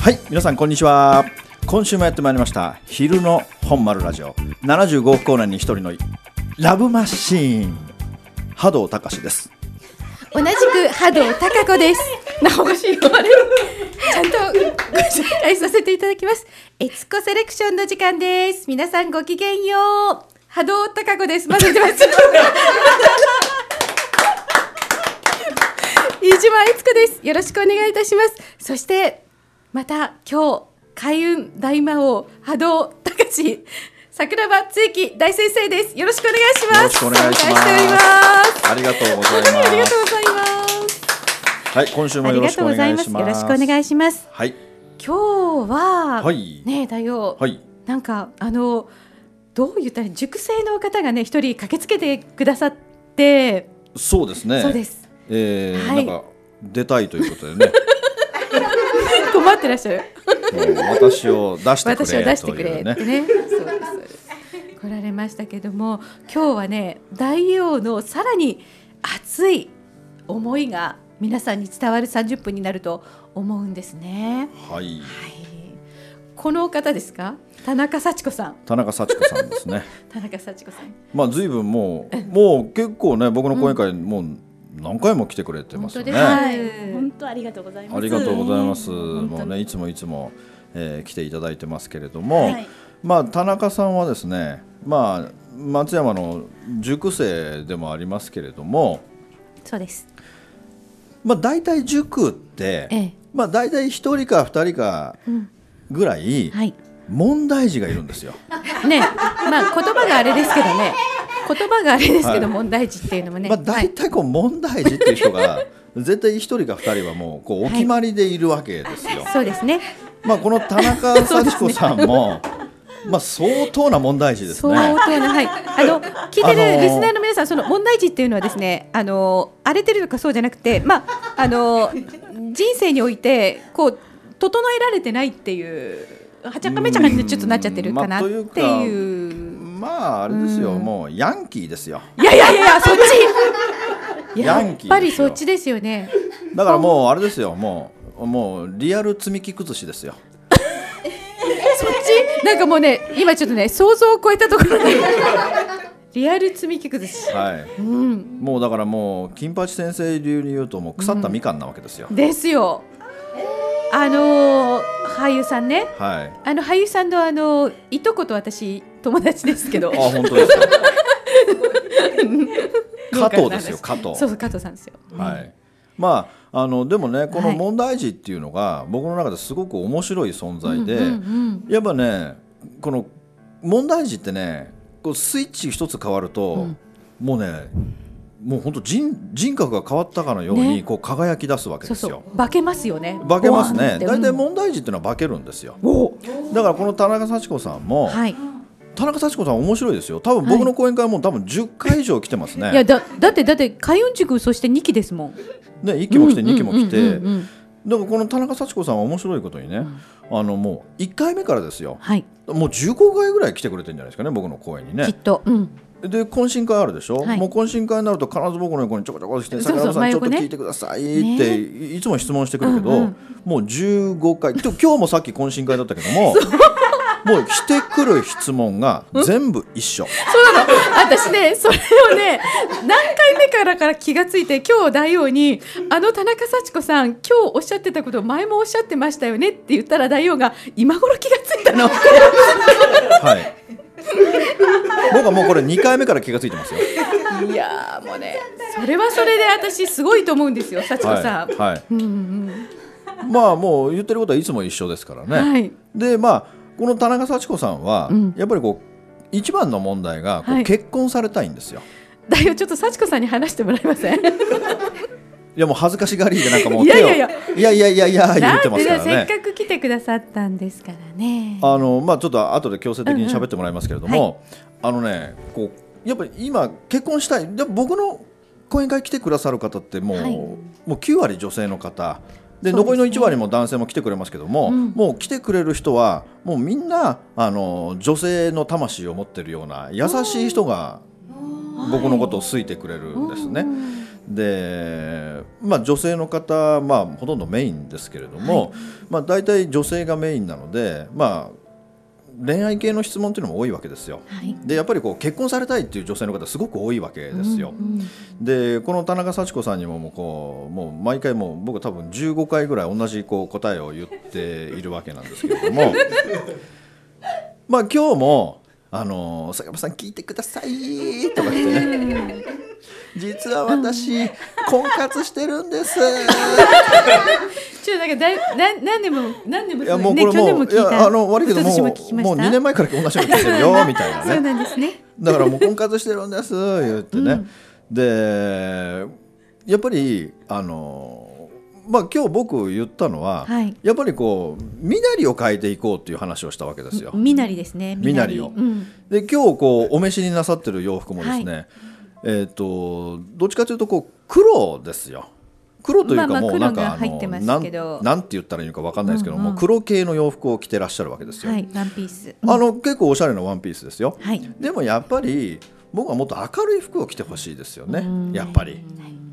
はい、皆さんこんにちは。今週もやってまいりました昼の本丸ラジオ。75億光年に一人のラブマシーン、波動隆です。 同じく波動貴子です。おかしいのあれちゃんとご紹介させていただきます。エツコセレクションの時間です。皆さんごきげんよう。波動貴子です。まだ言ってます飯島悦子です。よろしくお願いいたします。そしてまた今日開運大魔王波動隆、桜庭つゆき大先生です。よろしくお願いします。 よろしくお願いします。 参加しております。 ありがとうございます。 ありがとうございます。 はい、今週もよろしくお願いします。 よろしくお願いします。 はい。 今日は、 はい、 ね大王、 はい、なんかどう言ったら塾生の方がね一人駆けつけてくださって。 そうですね。 そうです。はい、 なんか出たいということでね。 困ってらっしゃる。 私を出してくれ、 私を出してくれってね。そうです来られましたけども、今日はね大王のさらに熱い思いが皆さんに伝わる30分になると思うんですね。 はい、はい、 この方ですか？田中幸子さん。 田中幸子さんですね。 田中幸子さん。 まあ随分もう結構ね、僕の講演会もう何回も来てくれてますよね。 はい、本当ありがとうございます。 ありがとうございます。もうねいつも、来ていただいてますけれども、はい、まあ田中さんはですね、まあ松山の塾生でもありますけれども、 そうです。 まあ大体塾って、まあ大体1人か2人かぐらい問題児がいるんですよ。 ね、まあ言葉があれですけどね。言葉があれですけど、問題児っていうのもね、 まあ、大体こう問題児っていう人が絶対1人か2人はもうこうお決まりでいるわけですよ。 そうですね。 まあこの田中幸子さんもまあ相当な問題児ですね。 相当な、はい、聞いてるリスナーの皆さん、その問題児っていうのはですね、荒れてるとかそうじゃなくて、まあ人生においてこう整えられてないっていうはちゃかめちゃかにちょっとなっちゃってるかなっていう。 まああれですよ、もうヤンキーですよ。 いやそっちやっぱりそっちですよね。 だからもうあれですよ、もうリアル積み木崩しですよ。 そっちなんかもうね、今ちょっとね想像を超えたところでリアル積み木崩し、 はい、もうだからもう金八先生流に言うともう腐ったみかんなわけですよ。 ですよ。俳優さんね、 はい、 俳優さんのいとこと私友達ですけど。 あ、本当ですか。加藤ですよ、加藤。 そう加藤さんですよ。 はい。まあでもね、この問題児っていうのが僕の中ですごく面白い存在で、やっぱねこの問題児ってね、こうスイッチ一つ変わると、もうね。もう本当 人格が変わったかのようにこう輝き出すわけですよ。 化けますよね。 化けますね。大体問題児っていうのは化けるんですよ。だからこの田中幸子さんも、田中幸子さん面白いですよ。多分僕の講演会も多分10回以上来てますね。 いやだって開運塾そして2期ですもんね。1期も来て2期も来て、だからこの田中幸子さんは面白いことにね、もう1回目からですよ、もう15回ぐらい来てくれてるんじゃないですかね、僕の講演にね。 きっと、 で懇親会あるでしょ、もう懇親会になると必ず僕の横にちょこちょこして桜庭さんちょっと聞いてくださいっていつも質問してくるけど、もう15回今日もさっき懇親会だったけどももうしてくる質問が全部一緒。 そうなの。私ねそれをね何回目から気がついて、今日大王に田中幸子さん今日おっしゃってたことを前もおっしゃってましたよねって言ったら、大王が今頃気がついたのはい、僕はもうこれ2回目から気がついてますよ。 いやもうね、それはそれで私すごいと思うんですよ、幸子さん。 まあもう言ってることはいつも一緒ですからね。でまあこの田中幸子さんは、やっぱりこう一番の問題がこう結婚されたいんですよ。 だよ、ちょっと幸子さんに話してもらえません？いやもう恥ずかしがりでなんかもう手をいや言ってますからね。 せっかく来てくださったんですからね。 まあちょっと後で強制的に喋ってもらいますけれども、こうやっぱり今結婚したい。でも僕の講演会来てくださる方ってもう9割女性の方で、残りの1割も男性も来てくれますけども、もう来てくれる人はもうみんな女性の魂を持ってるような優しい人が僕のことを好いてくれるんですね。 で、女性の方、ほとんどメインですけれども、大体女性がメインなので、恋愛系の質問というのも多いわけですよ。でやっぱり結婚されたいっていう女性の方すごく多いわけですよ。でこの田中幸子さんにももう毎回僕多分15回ぐらい同じ答えを言っているわけなんですけれども今日も坂本さん聞いてくださいとか言ってね実は私婚活してるんですちょっと何年もいやもうこれも去年も聞いた悪いけどもう2年前から同じように聞いてるよみたいなねそうなんですね。 だからもう婚活してるんです言ってね、でやっぱり今日僕言ったのは、やっぱり身なりを変えていこうっていう話をしたわけですよ。 身なりですね。 身なりを、で今日お召しになさってる洋服もですね、どっちかというと黒ですよ。黒というかもうなんかなんて言ったらいいのか分かんないですけども、黒系の洋服を着てらっしゃるわけですよ。 ワンピース、 結構おしゃれなワンピースですよ。でもやっぱり僕はもっと明るい服を着てほしいですよね。やっぱり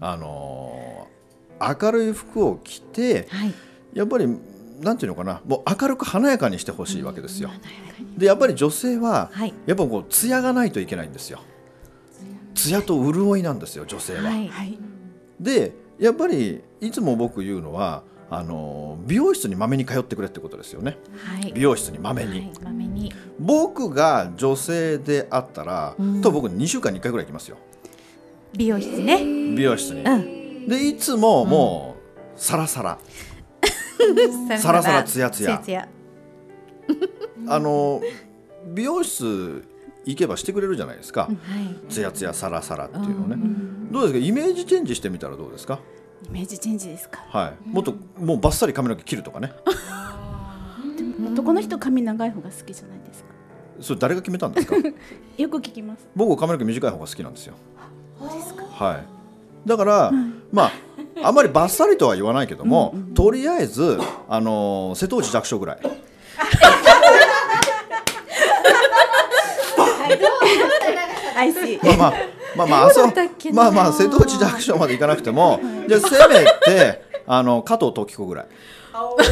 明るい服を着て、やっぱりなんていうのかな、もう明るく華やかにしてほしいわけですよ。でやっぱり女性はやっぱ艶がないといけないんですよ。艶と潤いなんですよ女性は。でやっぱりいつも僕言うのは美容室にまめに通ってくれってことですよね。美容室にまめに、僕が女性であったら、僕2週間に1回ぐらい行きますよ。 美容室ね。 美容室に、でいつももうサラサラサラサラツヤツヤ美容室行けばしてくれるじゃないですか。ツヤツヤサラサラっていうのね。どうですか、イメージチェンジしてみたらどうですか。 イメージチェンジですか。 もうバッサリ髪の毛切るとかね。 男の人髪長い方が好きじゃないですか。 それ誰が決めたんですか。 よく聞きます。 僕髪の毛短い方が好きなんですよ。 そうですか。 だから、あんまりバッサリとは言わないけども、とりあえず瀬戸内寂聴ぐらい瀬戸内寂聴までいかなくても、じゃあせめて加藤登紀子ぐらいどっ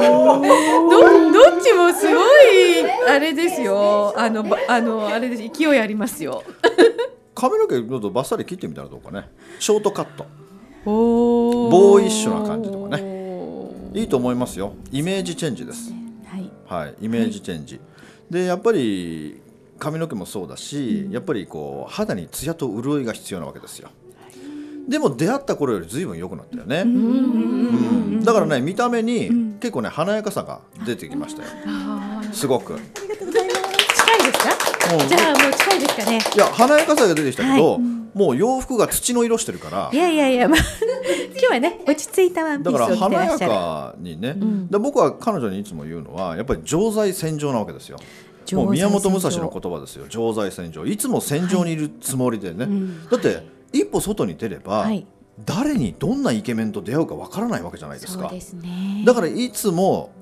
ちもすごいあれですよ。あれです、勢いありますよ。 髪の毛どうぞバッサリ切ってみたらどうかね。ショートカット、ボーイッシュな感じとかね、いいと思いますよ。イメージチェンジです。イメージチェンジでやっぱり髪の毛もそうだし、やっぱり肌にツヤと潤いが必要なわけですよ。でも出会った頃より随分良くなったよね。だからね、見た目に結構ね華やかさが出てきましたよ。すごく。ありがとうございます。 近いですか。じゃあもう近いですかね。 いや華やかさが出てきたけど、もう洋服が土の色してるから。 いや今日はね落ち着いたワンピースを着てらっしゃる。 だから華やかにね、で僕は彼女にいつも言うのはやっぱり常在戦場なわけですよ。もう宮本武蔵の言葉ですよ。常在戦場、いつも戦場にいるつもりでね、だって一歩外に出れば、誰にどんなイケメンと出会うかわからないわけじゃないですか。 そうですね。 だからいつも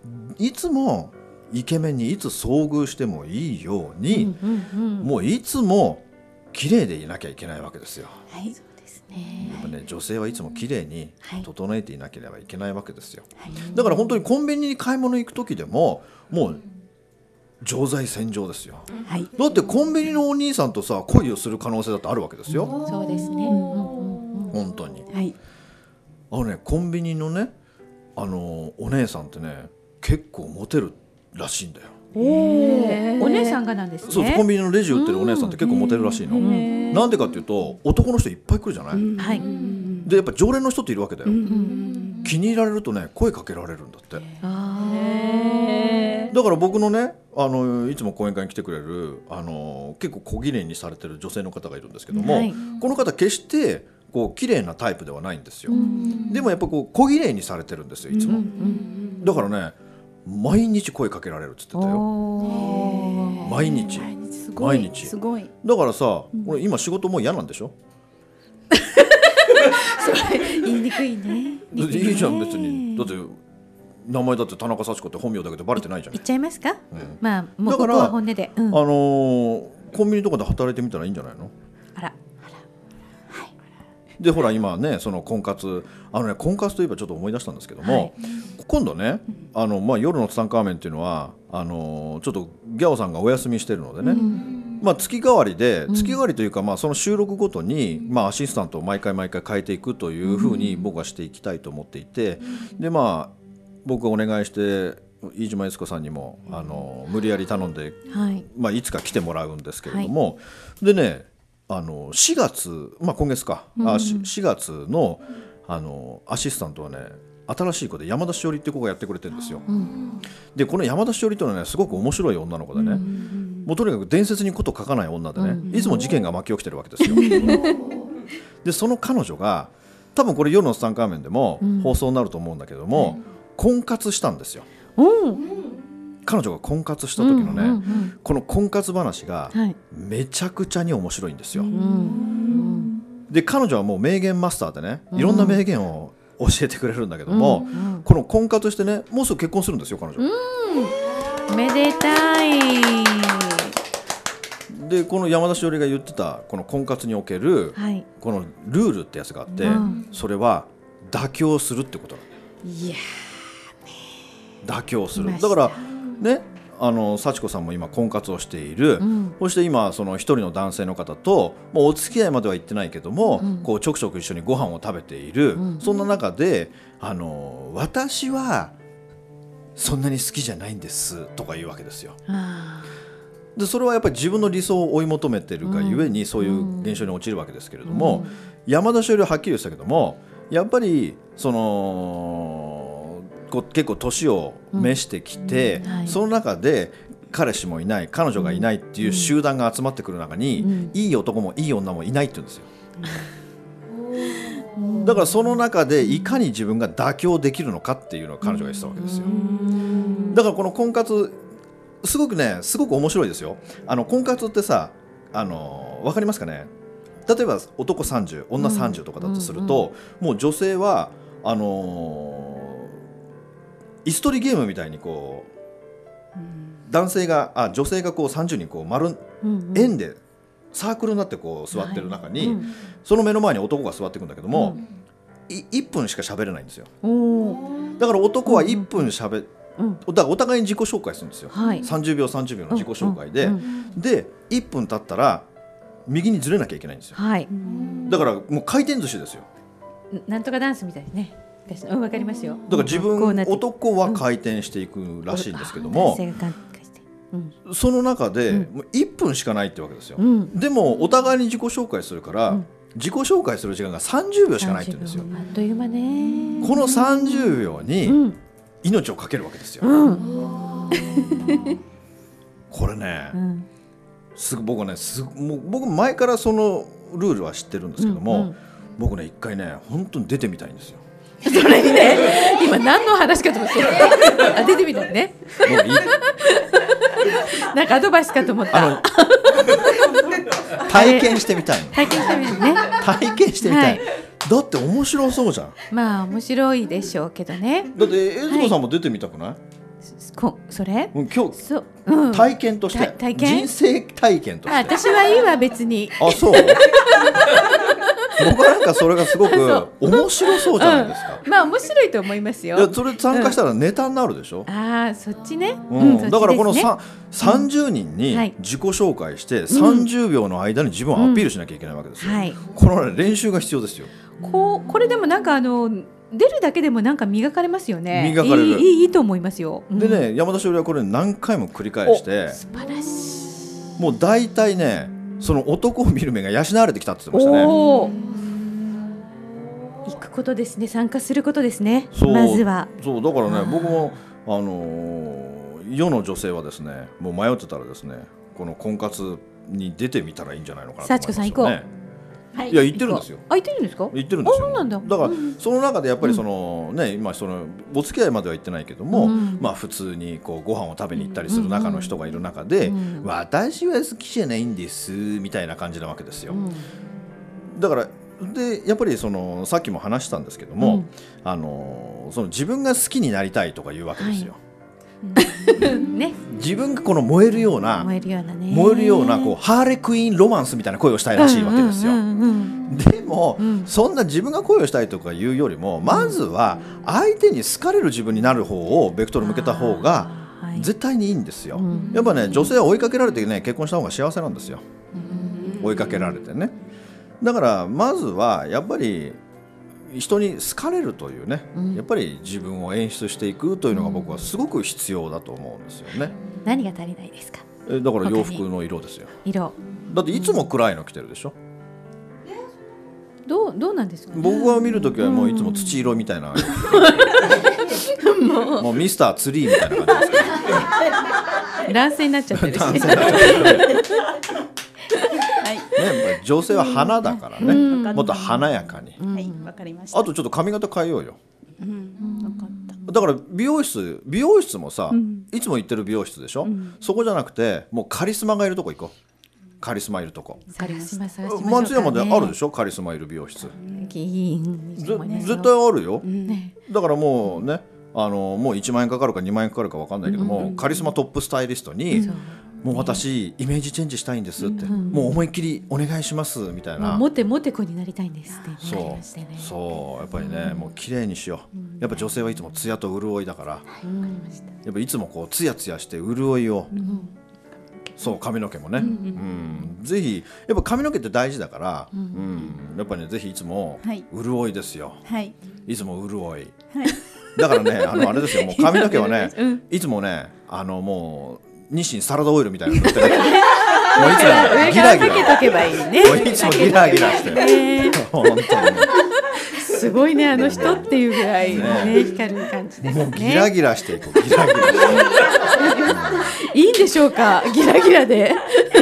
イケメンにいつ遭遇してもいいように、もういつも綺麗でいなきゃいけないわけですよ。 そうですね。 やっぱね、女性はいつも綺麗に整えていなければいけないわけですよ。だから本当にコンビニに買い物行く時でももう常在戦場ですよ。だってコンビニのお兄さんとさ恋をする可能性だってあるわけですよ。 そうですね。 本当に。コンビニのねお姉さんってね結構モテるらしいんだよ。 お姉さんがなんですね。 そう、コンビニのレジ売ってるお姉さんって結構モテるらしいの。なんでかっていうと男の人いっぱい来るじゃない。でやっぱ常連の人っているわけだよ。気に入られるとね声かけられるんだって。だから僕のねいつも講演会に来てくれる結構小綺麗にされてる女性の方がいるんですけども、この方決して綺麗なタイプではないんですよ。でもやっぱ小綺麗にされてるんですよいつも。だからね毎日声かけられるって言ってたよ。毎日すごい。 だからさ、俺今仕事もう嫌なんでしょ。 言いにくいね。 いいじゃん別に。だって名前だって田中幸子って本名だけどバレてないじゃん。 言っちゃいますか。もうここは本音で。コンビニとかで働いてみたらいいんじゃないの。 でほら今ねその婚活婚活といえばちょっと思い出したんですけども、今度ね夜のツタンカーメンっていうのはちょっとギャオさんがお休みしてるのでね、月替わりというか、その収録ごとに、アシスタントを毎回変えていくというふうに僕はしていきたいと思っていて、で僕がお願いして飯島悦子さんにも無理やり頼んで、いつか来てもらうんですけれども、でね4月、今月か、4月のアシスタントはね新しい子で山田しおりって子がやってくれてるんですよ、でこの山田しおりというのはねすごく面白い女の子でね、もうとにかく伝説にこと書かない女でね、いつも事件が巻き起きてるわけですよでその彼女が多分これ夜のツタンカーメンでも放送になると思うんだけども、婚活したんですよ。彼女が婚活した時のね、この婚活話がめちゃくちゃに面白いんですよ、で彼女はもう名言マスターでねいろんな名言を教えてくれるんだけども、この婚活してねもうすぐ結婚するんですよ彼女、 めでたい。 でこの山田しおりが言ってたこの婚活における、このルールってやつがあって、それは妥協するってことなんだよ。いや妥協する。だからね幸子さんも今婚活をしている、そして今その一人の男性の方ともうお付き合いまでは行ってないけども、こうちょくちょく一緒にご飯を食べている、そんな中で私はそんなに好きじゃないんですとか言うわけですよ。でそれはやっぱり自分の理想を追い求めてるがゆえにそういう現象に陥るわけですけれども、山田しおりははっきり言ってたけどもやっぱりその結構年を召してきて、その中で彼氏もいない彼女がいないっていう集団が集まってくる中に、いい男もいい女もいないって言うんですよ。だからその中でいかに自分が妥協できるのかっていうのを彼女が言ってたわけですよ。だからこの婚活すごく面白いですよ。婚活ってさ分かりますかね。例えば男30女30とかだとすると、もう女性は椅子取りゲームみたいにこう、女性がこう30人こう円でサークルになってこう座ってる中に、その目の前に男が座っていくんだけども、1分しか喋れないんですよ。だから男は1分喋だからお互いに自己紹介するんですよ、30秒30秒の自己紹介で、で1分経ったら右にずれなきゃいけないんですよ、だからもう回転寿司ですよ。 なんとかダンスみたいですね。わかりますよ。 だから男は回転していくらしいんですけども、その中でもう1分しかないってわけですよ、でもお互いに自己紹介するから、自己紹介する時間が30秒しかないって言うんですよ。 あっという間ね。 この30秒に命をかけるわけですよ、これね、僕前からそのルールは知ってるんですけども、僕ね一回ね本当に出てみたいんですよ。 それにね今何の話かと思って出てみたいねなんかアドバイスかと思った。 体験してみたいの。 体験してみるね。 体験してみたい、だって面白そうじゃん。 まあ面白いでしょうけどね。 だって悦子さんも出てみたくない？ それ？ 今日、体験として人生体験として。 私はいいわ別に。 あ、そう僕はなんかそれがすごく面白そうじゃないですか。 まあ面白いと思いますよ。 いやそれ参加したらネタになるでしょ、 そっちね、 だからこの30人に自己紹介して30秒の間に自分をアピールしなきゃいけないわけですよ、この練習が必要ですよ。 これでもなんか出るだけでもなんか磨かれますよね。 磨かれる。 いいと思いますよ、 でね山田しおりはこれ何回も繰り返して素晴らしい。 もう大体ねその男を見る目が養われてきたって言ってましたね。 行くことですね。参加することですね。まずはそうだからね僕も世の女性はですねもう迷ってたらですねこの婚活に出てみたらいいんじゃないのかなと思いますよね。幸子さん行こう。いや言ってるんですよ。 言ってるんですか？ 言ってるんですよ。 そうなんだ。 だからその中でやっぱりその今そのお付き合いまでは行ってないけども、普通にこうご飯を食べに行ったりする中の人がいる中で、私は好きじゃないんですみたいな感じなわけですよ。だからでやっぱりそのさっきも話したんですけども、その自分が好きになりたいとかいうわけですよ。 ね、 自分がこの燃えるような燃えるようなね、 燃えるようなこうハーレクイーンロマンスみたいな恋をしたいらしいわけですよ。でも、そんな自分が恋をしたいとかいうよりも、まずは相手に好かれる自分になる方をベクトル向けた方が絶対にいいんですよ。やっぱね、女性は追いかけられてね、結婚した方が幸せなんですよ。追いかけられてね。だからまずはやっぱり人に好かれるというね、やっぱり自分を演出していくというのが僕はすごく必要だと思うんですよね。 何が足りないですか？ だから洋服の色ですよ。 色だっていつも暗いの着てるでしょ。 どうなんですかね。 僕が見るときはもういつも土色みたいなもうミスターツリーみたいな感じですけど男性になっちゃってるし男性になっちゃってるね、女性は花だからね、もっと華やかに、 はい、わかりました。 あとちょっと髪型変えようよ。 わかった。 だから美容室もさ、いつも行ってる美容室でしょ、そこじゃなくてもうカリスマがいるとこ行こう。カリスマいるとこ。松山であるでしょ、カリスマいる美容室。絶対あるよ、だからもうね、もう1万円かかるか2万円かかるか分かんないけども、カリスマトップスタイリストに、もう私イメージチェンジしたいんですって、もう思いっきりお願いしますみたいな。 モテ子になりたいんですってそうやっぱりね、もう綺麗にしよう。やっぱ女性はいつもツヤと潤いだから、やっぱいつもこうツヤツヤして潤いを、そう髪の毛もね、ぜひやっぱ髪の毛って大事だから、やっぱりね、ぜひいつも潤いですよ、いつも潤い、だからね、あれですよ、もう髪の毛はね、いつもね、もう日清サラダオイルみたいなの塗ってね、もういつもギラギラかけとけばいいね。もういつもギラギラして、本当にすごいね、あの人っていうぐらいね、光る感じですね。 もうギラギラしていこう、ギラギラしていいんでしょうか、ギラギラで。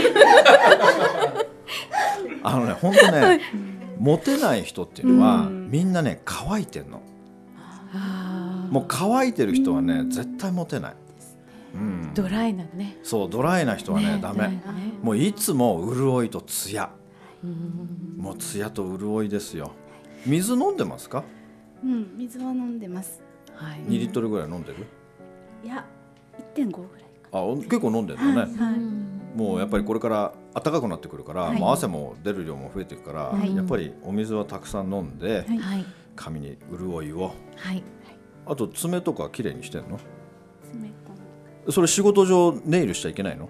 本当ね、モテない人っていうのは、みんなね乾いてんの。もう乾いてる人はね、絶対モテない。 ドライなね。 そう、ドライな人はね、ダメ。もういつも潤いとツヤ、もうツヤと潤いですよ。水飲んでますか？ 水は飲んでます。 2リットルぐらい飲んでる？ いや、1.5ぐらいか。 結構飲んでるのね。もうやっぱりこれから暖かくなってくるから、もう汗も出る量も増えていくから、やっぱりお水はたくさん飲んで、髪に潤いを、あと爪とかきれいにしてんの？それ仕事上ネイルしちゃいけないの？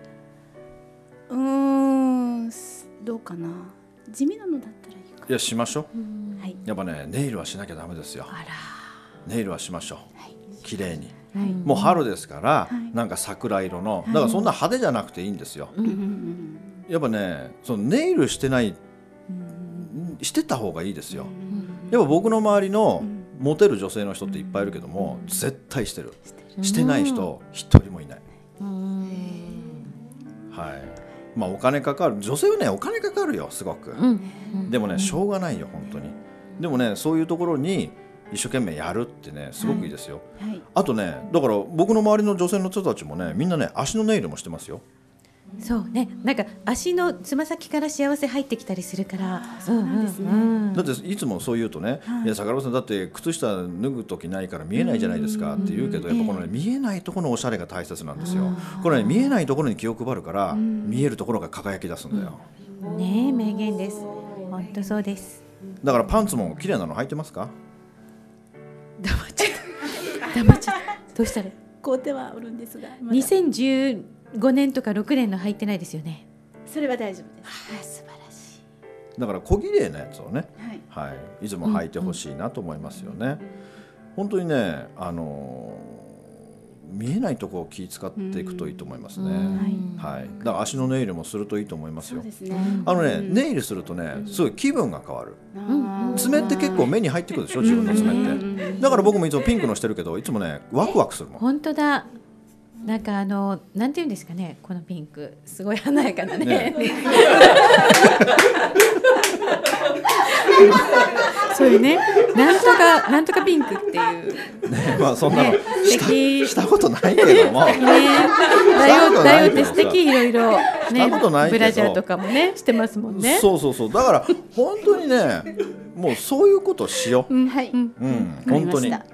どうかな。地味なのだったらいいか。 いや、しましょう。やっぱね、ネイルはしなきゃダメですよ。ネイルはしましょう、きれいに。もう春ですから、なんか桜色の、だからそんな派手じゃなくていいんですよ。やっぱね、そのネイルしてない、してた方がいいですよ。やっぱ僕の周りのモテる女性の人っていっぱいいるけども、絶対してる。してない人一人もいない。まあお金かかる、女性はねお金かかるよ、すごく。でもね、しょうがないよ、本当に。でもね、そういうところに一生懸命やるってね、すごくいいですよ。あとね、だから僕の周りの女性の人たちもね、みんなね、足のネイルもしてますよ。 そうね、なんか足のつま先から幸せ入ってきたりするから。 そうなんですね。 だっていつもそう言うとね、いや坂本さんだって靴下脱ぐ時ないから見えないじゃないですかって言うけど、やっぱこのね、見えないところのおしゃれが大切なんですよ。これね、見えないところに気を配るから、見えるところが輝き出すんだよ。 ねえ、名言です。本当そうです。 だからパンツも綺麗なの履いてますか？ 黙っちゃった黙っちゃった。どうしたら？ 買うてはおるんですが、 2015年とか6年の履いてないですよね。 それは大丈夫です。 素晴らしい。 だから小綺麗なやつをね、いつも履いてほしいなと思いますよね。本当にね、見えないところを気使っていくといいと思いますね。だから足のネイルもするといいと思いますよ。ネイルするとね、すごい気分が変わる。爪って結構目に入ってくるでしょ、自分の爪って。だから僕もいつもピンクのしてるけど、いつもねワクワクするもん。 本当だ。なんかなんていうんですかね、このピンクすごい華やかなね。そういうね、なんとかピンクっていうね、まあそんなのしたことないけども、 だよって素敵、いろいろね、ブラジャーとかもねしてますもんね。 そうだから本当にね、もうそういうことしよう。本当に。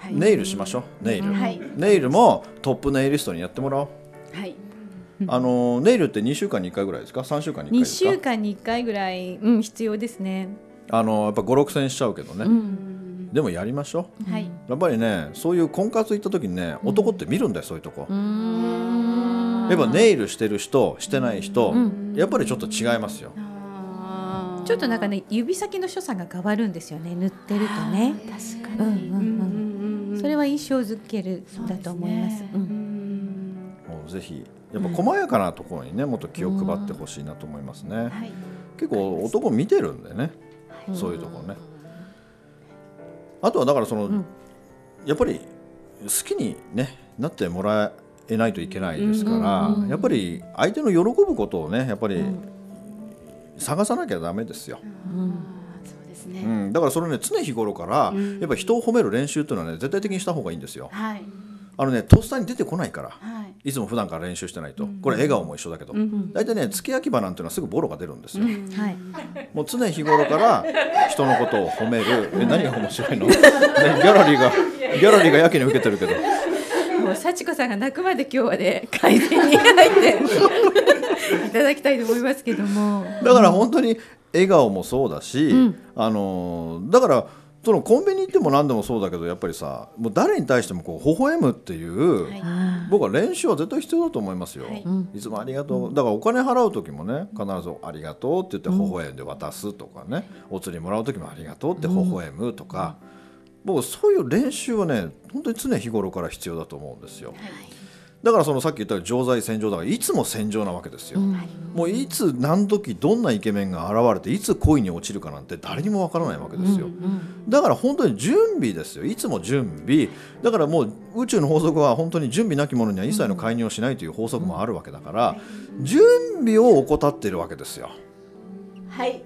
ネイルしましょう。ネイル、 はい、 ネイルもトップネイリストにやってもらおう。 はい、 ネイルって2週間に1回ぐらいですか、3週間に1回ですか。 2週間に1回ぐらい、必要ですね。 やっぱ5、6千円しちゃうけどね、でもやりましょう、 はい、 やっぱりね、そういう婚活行った時にね、男って見るんだよ、そういうとこ。やっぱネイルしてる人してない人、やっぱりちょっと違いますよ。 ちょっとなんかね、指先の所作が変わるんですよね、塗ってるとね。 確かに、 それは印象づけるだと思います。 もうぜひやっぱ細やかなところにね、もっと気を配ってほしいなと思いますね、はい、結構男見てるんでね、そういうところね。あとはだからやっぱり好きに、ね、なってもらえないといけないですから、やっぱり相手の喜ぶことをね、やっぱり探さなきゃダメですよ。 そうですね、 だからそれね、常日頃からやっぱり人を褒める練習っていうのはね、絶対的にした方がいいんですよ。 はい、 とっさに出てこないから、 はい、 いつも普段から練習してないと、これ笑顔も一緒だけど、大体ね、付け焼き場なんていうのはすぐボロが出るんですよ、もう常日頃から人のことを褒める。何が面白いの、ギャラリーがやけに受けてるけど、 もう幸子さんが泣くまで今日はね、改善に入っていただきたいと思いますけども、 だから本当に笑顔もそうだし、だからそのコンビニ行っても何でもそうだけど、やっぱりさ、もう誰に対してもこう微笑むっていう、僕は練習は絶対必要だと思いますよ、いつもありがとう。だからお金払う時もね、必ずありがとうって言って微笑んで渡すとかね、お釣りもらう時もありがとうって微笑むとか、僕そういう練習はね、本当に常日頃から必要だと思うんですよ。だからさっき言った常在戦場だから、いつも戦場なわけですよ、もういつ何時どんなイケメンが現れていつ恋に落ちるかなんて誰にもわからないわけですよ、だから本当に準備ですよ。いつも準備だから、もう宇宙の法則は本当に準備なきものには一切の介入をしないという法則もあるわけだから、準備を怠っているわけですよ。 はい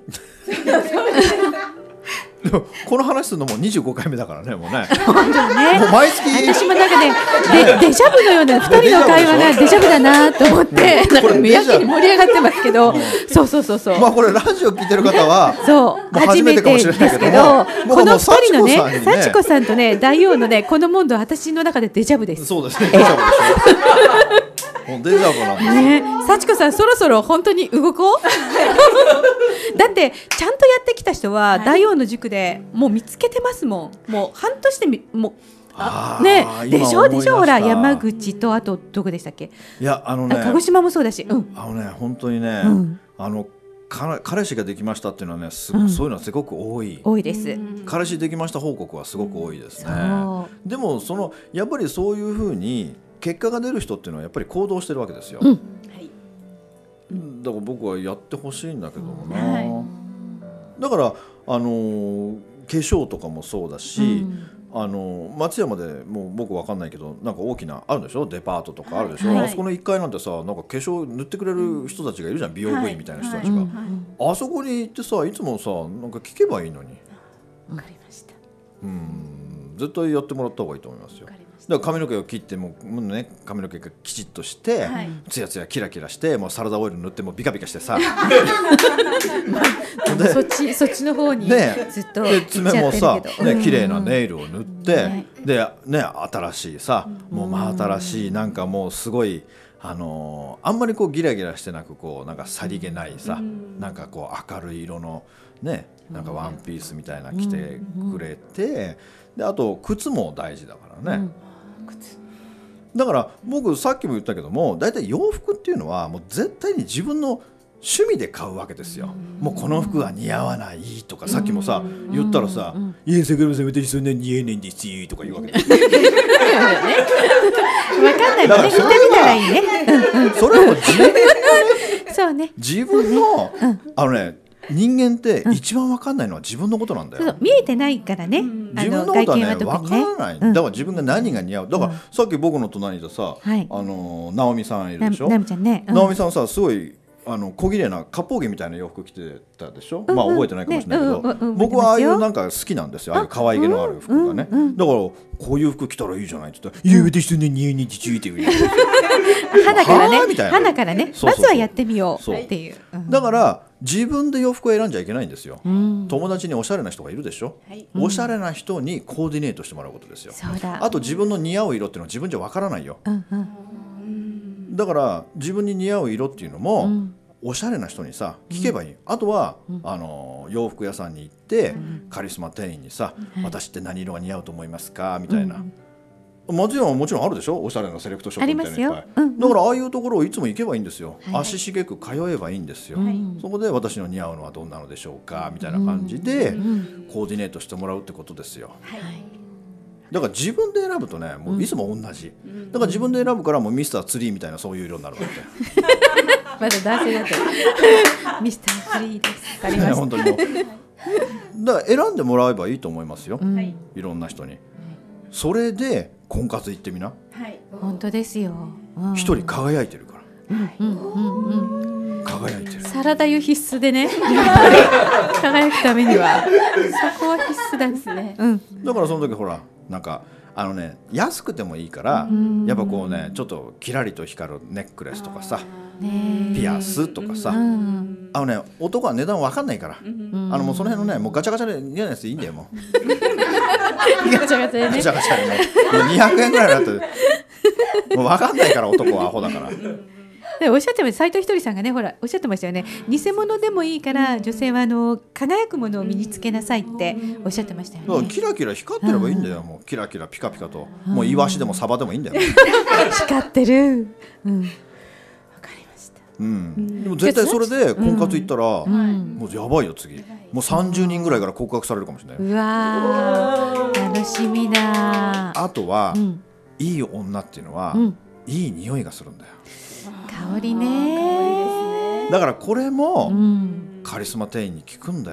でもこの話するのも25回目だからね、もうね。 本当にね、 もう毎月私もなんかね、デジャブのような2人の会話がデジャブだなと思って、なんかやけに盛り上がってますけど、そう。 まあこれラジオ聞いてる方はそうもう初めてかもしれないけども、 この2人のね、幸子さんとね、大王のね、このモンドは私の中でデジャブです。 そうですね、デジャブでしょ。もうデジャブなんですね。幸子さん、そろそろ本当に動こう。だってちゃんとやってきた人は大王の塾でもう見つけてますもん。もう半年でもうね、でしょほら、山口とあとどこでしたっけ。 いや、 鹿児島もそうだし、 本当にね、彼氏ができましたっていうのはね、そういうのはすごく多いです。 彼氏できました報告はすごく多いですね。でもやっぱりそういうふうに結果が出る人っていうのはやっぱり行動してるわけですよ、だから僕はやってほしいんだけどもな、だから化粧とかもそうだし、松山でもう僕わかんないけど、なんか大きなあるでしょ、デパートとかあるでしょ、あそこの1階なんてさ、なんか化粧塗ってくれる人たちがいるじゃん、美容部員みたいな人たちが、あそこに行ってさ、いつもさ、なんか聞けばいいのに。 わかりました。 絶対やってもらった方がいいと思いますよ。だから髪の毛を切ってもね、髪の毛がきちっとして、ツヤツヤキラキラして、もうサラダオイル塗ってもビカビカしてさそっちの方にずっと爪もさ、綺麗なネイルを塗って、でね、新しいさ、もう真新しい、なんかもうすごいあんまりこうギラギラしてなく、こうなんかさりげないさ、なんかこう明るい色のね、なんかワンピースみたいな着てくれて、であと靴も大事だからね、だから僕さっきも言ったけども、だいたい洋服っていうのはもう絶対に自分の趣味で買うわけですよ。もうこの服は似合わないとか、さっきもさ言ったらさ、いや桜庭さん私そんな似合えないんですよとか言うわけですよ。分かんないもんね、見てみたらいいね。 それはもうそうね、 自分の人間って一番分かんないのは自分のことなんだよ。 見えてないからね、 自分のことはね分からない、だから自分が何が似合う、だからさっき僕の隣にいたさ、直美さんいるでしょ。直美さんさ、すごい小綺麗な割烹着みたいな洋服着てたでしょ、まあ覚えてないかもしれないけど、僕はああいうなんか好きなんですよ、ああいう可愛げのある服がね、だからこういう服着たらいいじゃないって言ったら、いや私ね似合いにちいて言う花からね、まずはやってみようっていう。 だから自分で洋服を選んじゃいけないんですよ、 うん、 友達におしゃれな人がいるでしょ、 はい、 おしゃれな人にコーディネートしてもらうことですよ。 そうだ。 あと自分の似合う色っていうのは自分じゃわからないよ、 うんうん、 だから自分に似合う色っていうのも、 うんおしゃれな人にさ聞けばいい、あとは、洋服屋さんに行って、カリスマ店員にさ、私って何色が似合うと思いますかみたいな、もちろんあるでしょ、おしゃれなセレクトショップみたいなのいっぱい、だからああいうところをいつも行けばいいんですよ、足しげく通えばいいんですよ、そこで私の似合うのはどんなのでしょうかみたいな感じで、コーディネートしてもらうってことですよ、だから自分で選ぶとね、もういつも同じ、だから自分で選ぶからもうミスターツリーみたいなそういう色になるわけまだ男性だとミスターツリーです。ありました。 本当にもうだから選んでもらえばいいと思いますよ、いろんな人に、それで婚活行ってみな、 本当ですよ、 一人輝いてるから、輝いてる、 サラダ油必須でね輝くためにはそこは必須だですね、 だからその時ほらなんか安くてもいいから、やっぱこうねちょっとキラリと光るネックレスとかさ、ピアスとかさ、男は値段分かんないから、もうその辺のねもうガチャガチャで嫌なやつでいいんだよ、もうガチャガチャでね、 ガチャガチャでね200円ぐらいだってもう分かんないから、男はアホだからでおっしゃってました、斉藤ひとりさんがね、ほらおっしゃってましたよね、偽物でもいいから女性は輝くものを身につけなさいっておっしゃってましたよね。 だからキラキラ光ってればいいんだよ、もうキラキラピカピカと、もうイワシでもサバでもいいんだよ光ってる、わかりました、 でも絶対それで婚活行ったら、もうやばいよ次、もう30人ぐらいから告白されるかもしれない。 うわー楽しみだ。 あとは、いい女っていうのは、いい匂いがするんだよ、 香りね。 だからこれも、カリスマ店員に聞くんだよ、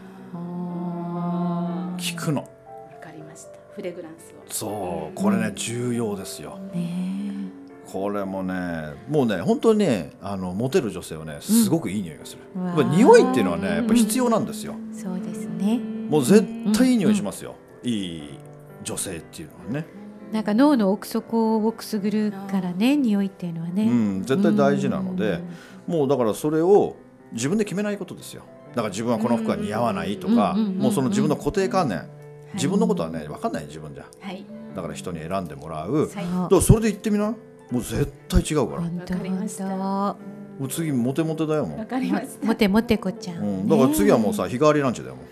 聞くの。わかりました。フレグランスを。 そう、これね、重要ですよ、これもね、もうね本当にねモテる女性はねすごくいい匂いがする、やっぱ匂いっていうのはねやっぱ必要なんですよ、 そうですね、 もう絶対いい匂いしますよ、いい女性っていうのはね、 なんか脳の奥底をくすぐるからね、匂いっていうのはね、 絶対大事なので、もうだからそれを自分で決めないことですよ。だから自分はこの服は似合わないとか、もうその自分の固定観念、自分のことはね分かんない自分じゃ、だから人に選んでもらう、だからそれで言ってみな、もう絶対違うから。 わかりました。 もう次モテモテだよ、もう。 わかりました。 モテモテこちゃん、 だから次はもうさ、日替わりランチだよ、も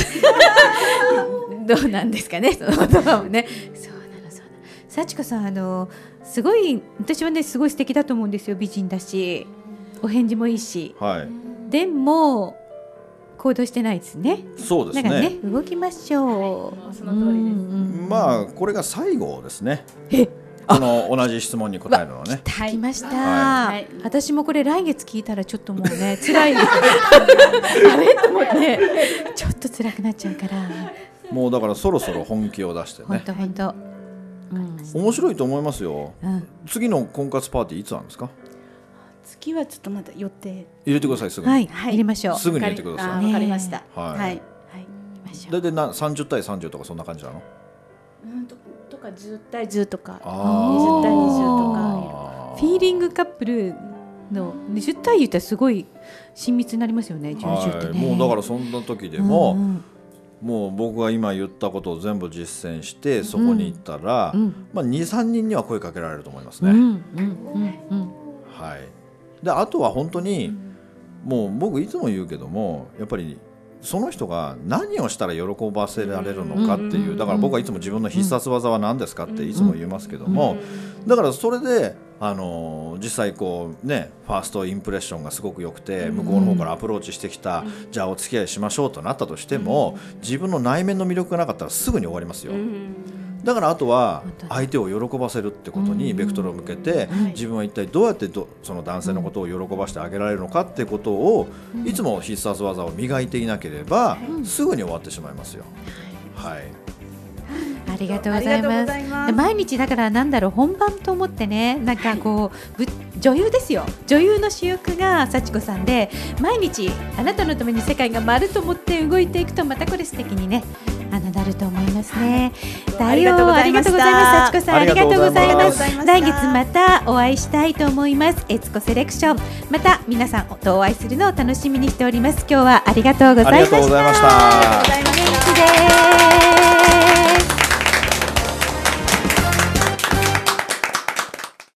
うどうなんですかね、その言葉もね。そうなの、そうなの。幸子さん、すごい私はねすごい素敵だと思うんですよ。美人だし、お返事もいいし、でも行動してないですね。 そうですね。 だからね、動きましょう。 その通りです。 まあこれが最後ですね。この同じ質問に答えるのはね。 来ました、私もこれ来月聞いたらちょっともうね辛いあれと思ってちょっと辛くなっちゃうから、 もうだからそろそろ本気を出してね。 本当、 面白いと思いますよ、次の婚活パーティーいつなんですか？ 次はちょっとまだ予定入れてください、すぐに。 入れましょう。 すぐに入れてください。 わかりました。 はい。だいたい30対30とかそんな感じなの？ とか10対10とか20対20とか。 フィーリングカップルの20対10ってすごい親密になりますよね。10ってね。 もうだからそんな時でも、もう僕が今言ったことを全部実践してそこに行ったら、まあ 2,3 人には声かけられると思いますね。はい。であとは本当に、もう僕いつも言うけども、やっぱりその人が何をしたら喜ばせられるのかっていう、だから僕はいつも自分の必殺技は何ですかっていつも言いますけども、だからそれで実際こうね、ファーストインプレッションがすごく良くて、向こうの方からアプローチしてきた、じゃあお付き合いしましょうとなったとしても、自分の内面の魅力がなかったらすぐに終わりますよ。だからあとは相手を喜ばせるってことにベクトルを向けて、自分は一体どうやってその男性のことを喜ばせてあげられるのかってことをいつも必殺技を磨いていなければすぐに終わってしまいますよ。はい。 ありがとうございます。毎日だからなんだろう、本番と思ってね、なんかこう女優ですよ。女優の主役が幸子さんで、毎日あなたのために世界が回ると思って動いていくと、またこれ素敵にねなると思いますね。 ありがとうございました。 ありがとうございます。幸子さん、ありがとうございます。 ありがとうございました。 来月またお会いしたいと思います。エツコセレクション、また皆さんとお会いするのを楽しみにしております。今日はありがとうございました。 ありがとうございました。 元気です。